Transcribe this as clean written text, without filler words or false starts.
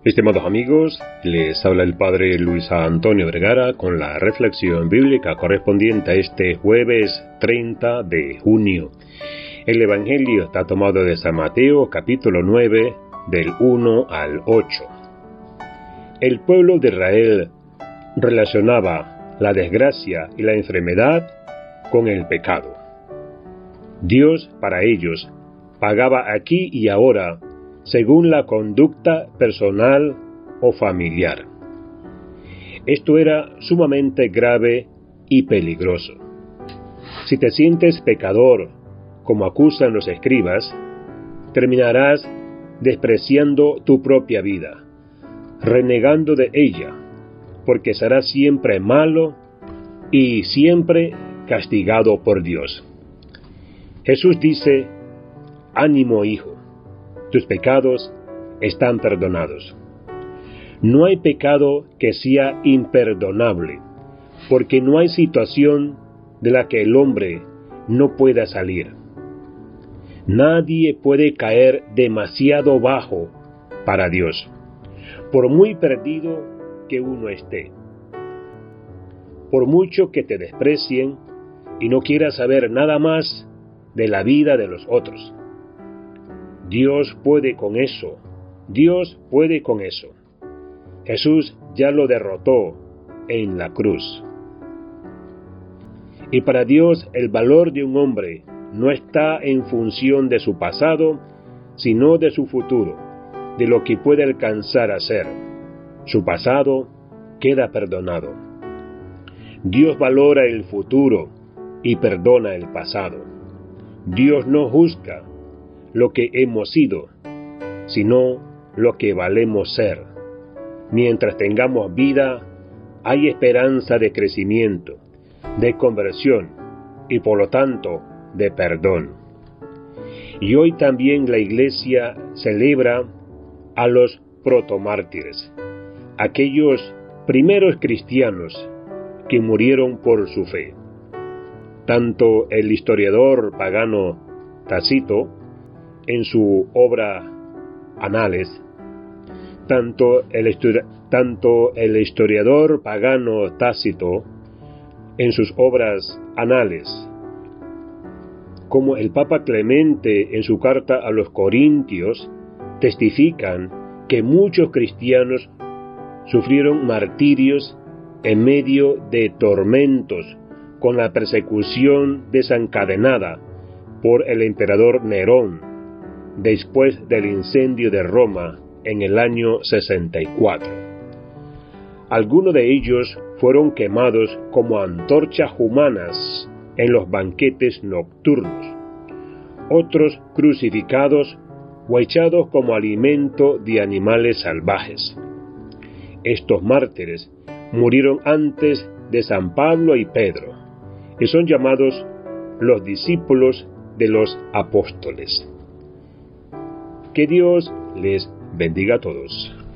Estimados amigos, les habla el Padre Luis Antonio Vergara con la reflexión bíblica correspondiente a este jueves 30 de junio. El Evangelio está tomado de San Mateo, capítulo 9, del 1 al 8. El pueblo de Israel relacionaba la desgracia y la enfermedad con el pecado. Dios, para ellos, pagaba aquí y ahora según la conducta personal o familiar. Esto era sumamente grave y peligroso. Si te sientes pecador, como acusan los escribas, terminarás despreciando tu propia vida, renegando de ella, porque serás siempre malo y siempre castigado por Dios. Jesús dice: «Ánimo, hijo, tus pecados están perdonados». No hay pecado que sea imperdonable, porque no hay situación de la que el hombre no pueda salir. Nadie puede caer demasiado bajo para Dios, por muy perdido que uno esté. Por mucho que te desprecien y no quieras saber nada más de la vida de los otros. Dios puede con eso. Dios puede con eso. Jesús ya lo derrotó en la cruz. Y para Dios el valor de un hombre no está en función de su pasado, sino de su futuro, de lo que puede alcanzar a ser. Su pasado queda perdonado. Dios valora el futuro y perdona el pasado. Dios no juzga lo que hemos sido, sino lo que valemos ser. Mientras tengamos vida, hay esperanza de crecimiento, de conversión y por lo tanto de perdón. Y hoy también la Iglesia celebra a los protomártires, aquellos primeros cristianos que murieron por su fe. Tanto el historiador pagano Tácito, en su obra Anales, tanto el historiador pagano Tácito, en sus obras Anales, como el Papa Clemente en su carta a los Corintios, testifican que muchos cristianos sufrieron martirios en medio de tormentos con la persecución desencadenada por el emperador Nerón después del incendio de Roma en el año 64. Algunos de ellos fueron quemados como antorchas humanas en los banquetes nocturnos, otros crucificados o echados como alimento de animales salvajes. Estos mártires murieron antes de San Pablo y Pedro, y son llamados los discípulos de los apóstoles. Que Dios les bendiga a todos.